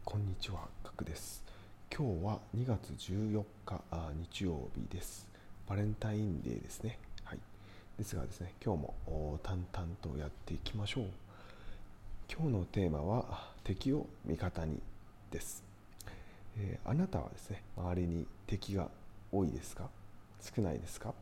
こんにちは、ガクです。今日は2月14日日曜日です。バレンタインデーですね。はい。ですがですね、今日も淡々とやっていきましょう。今日のテーマは敵を味方にです。あなたはですね、周りに敵が多いですか？少ないですか？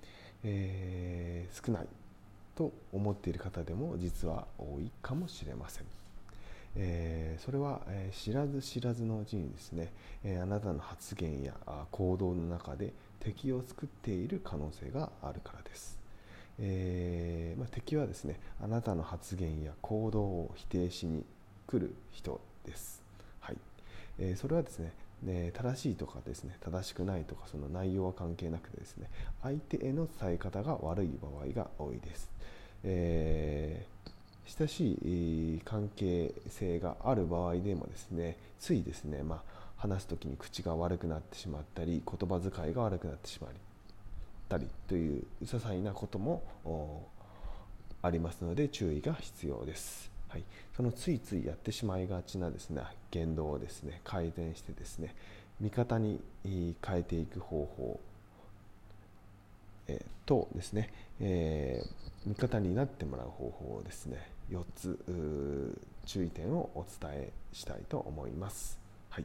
少ないと思っている方でも実は多いかもしれません。それは、知らず知らずのうちにですね、あなたの発言や行動の中で敵を作っている可能性があるからです。敵はですね、あなたの発言や行動を否定しに来る人です。はい。それはですね、正しいとかですね、正しくないとか、その内容は関係なくてですね、相手への伝え方が悪い場合が多いです。親しい関係性がある場合でもですね、ついですね、話す時に口が悪くなってしまったり、言葉遣いが悪くなってしまったりという些細なこともありますので注意が必要です。はい、そのついついやってしまいがちなですね、言動をですね、改善してですね、味方に変えていく方法とですね、味方になってもらう方法をですね、4つ注意点をお伝えしたいと思います。はい。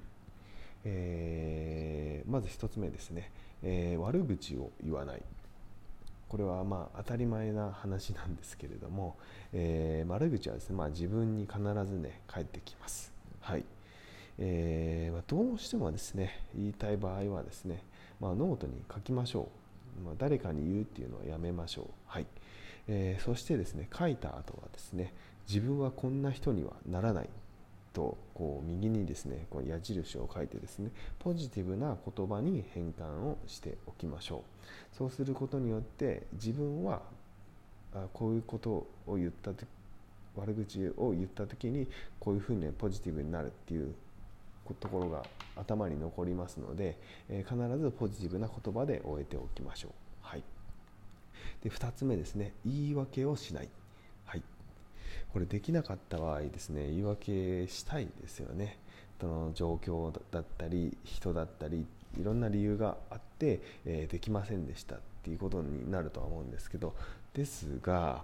まず1つ目ですね、悪口を言わない。これは当たり前な話なんですけれども、悪口はですね、自分に必ずね返ってきます。はい。どうしてもですね言いたい場合はですね、ノートに書きましょう。誰かに言うっていうのはやめましょう。はい。そしてですね、書いた後はですね、自分はこんな人にはならないと右にですねこう矢印を書いてですね、ポジティブな言葉に変換をしておきましょう。そうすることによって自分はこういうことを言ったと、悪口を言った時にこういうふうにポジティブになるっていうところが頭に残りますので、必ずポジティブな言葉で終えておきましょう。はい。で、2つ目ですね、言い訳をしない。はい。これできなかった場合ですね、言い訳したいですよね。その状況だったり人だったりいろんな理由があって、できませんでしたっていうことになるとは思うんですけど、ですが、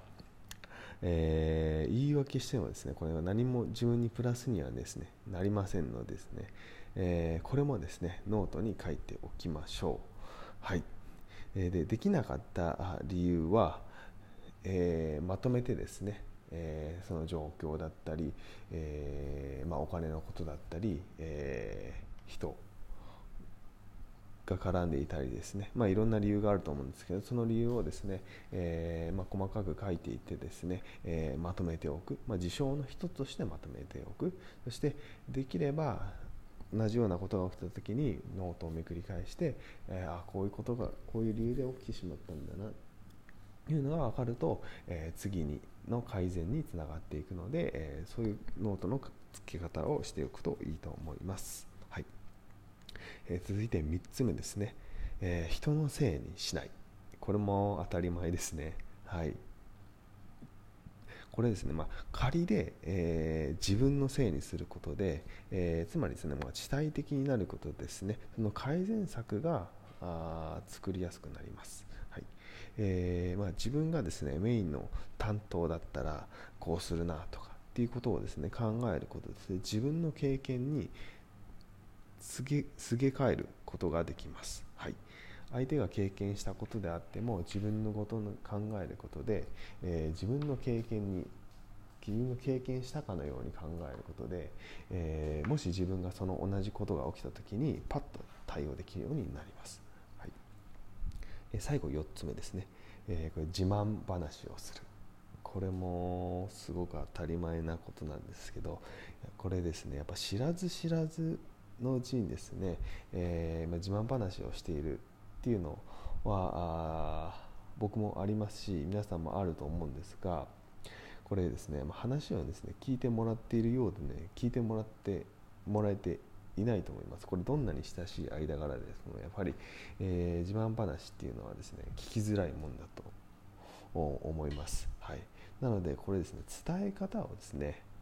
言い訳してもですね、これは何も自分にプラスにはですねなりませんのでですね、これもですねノートに書いておきましょう。はい。できなかった理由は、まとめてですね、その状況だったり、お金のことだったり、人が絡んでいたりですね、いろんな理由があると思うんですけど、その理由をですね、細かく書いていってですね、まとめておく、事象の一つとしてまとめておく。そしてできれば同じようなことが起きた時にノートをめくり返して、こういうことがこういう理由で起きてしまったんだなというのが分かると、次の改善につながっていくので、そういうノートの付け方をしておくといいと思います。はい。続いて3つ目ですね、人のせいにしない。これも当たり前ですね。はい。これですね、仮で、自分のせいにすることで、つまりですね、主体的になることですね、その改善策が作りやすくなります。はい。自分がですねメインの担当だったらこうするなとかっていうことをですね考えることですね、自分の経験にすげ替えることができます。はい。相手が経験したことであっても自分のことを考えることで、自分の経験したかのように考えることで、もし自分がその同じことが起きた時にパッと対応できるようになります。はい。最後4つ目ですね、これ自慢話をする。これもすごく当たり前なことなんですけど、これですねやっぱ知らず知らずのうちにですね、自慢話をしているっていうのは僕もありますし皆さんもあると思うんですが、これですね、話をですね聞いてもらっているようでね聞いてもらえていないと思います。これどんなに親しい間柄ですけどやっぱり、自慢話っていうのはですね聞きづらいもんだと思います。はい。なのでこれですね伝え方をですね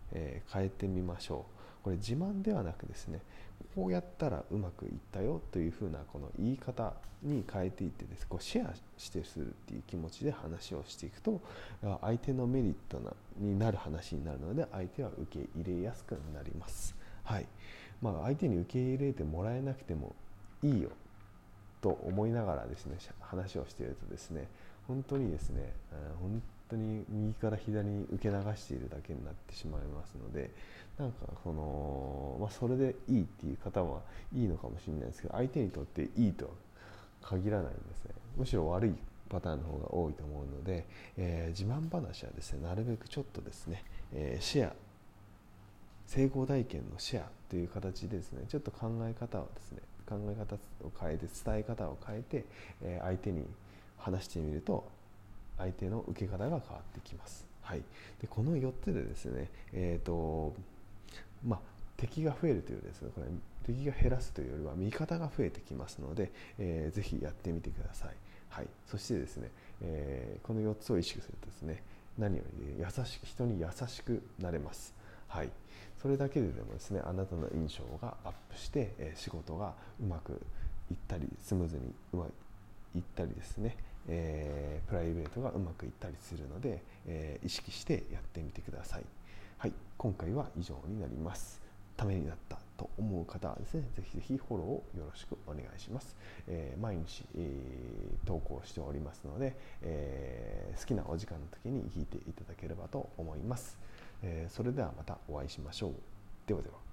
変えてみましょう。これ自慢ではなくですね、こうやったらうまくいったよというふうなこの言い方に変えていってです、こうシェアしてするっていう気持ちで話をしていくと、相手のメリットになる話になるので、相手は受け入れやすくなります。はい。相手に受け入れてもらえなくてもいいよと思いながらですね、話をしているとですね、本当にですね、本当に右から左に受け流しているだけになってしまいますので、なんかそれでいいっていう方はいいのかもしれないですけど、相手にとっていいとは限らないんですね。むしろ悪いパターンの方が多いと思うので、自慢話はですね、なるべくちょっとですね、シェア、成功体験のシェアという形でですね、ちょっと考え方を変えて、伝え方を変えて、相手に話してみると相手の受け方が変わってきます。はい。でこの4つでですね、敵が増えるというですね、これ敵が減らすというよりは味方が増えてきますので、ぜひやってみてください。はい。そしてですね、この4つを意識するとですね、何より人に優しくなれます。はい。それだけでもですね、あなたの印象がアップして、仕事がうまくいったり、スムーズにいったりですね、プライベートがうまくいったりするので、意識してやってみてください。はい。今回は以上になります。ためになったと思う方はですね、ぜひぜひフォローをよろしくお願いします。毎日、投稿しておりますので、好きなお時間の時に聞いていただければと思います。それではまたお会いしましょう。ではでは。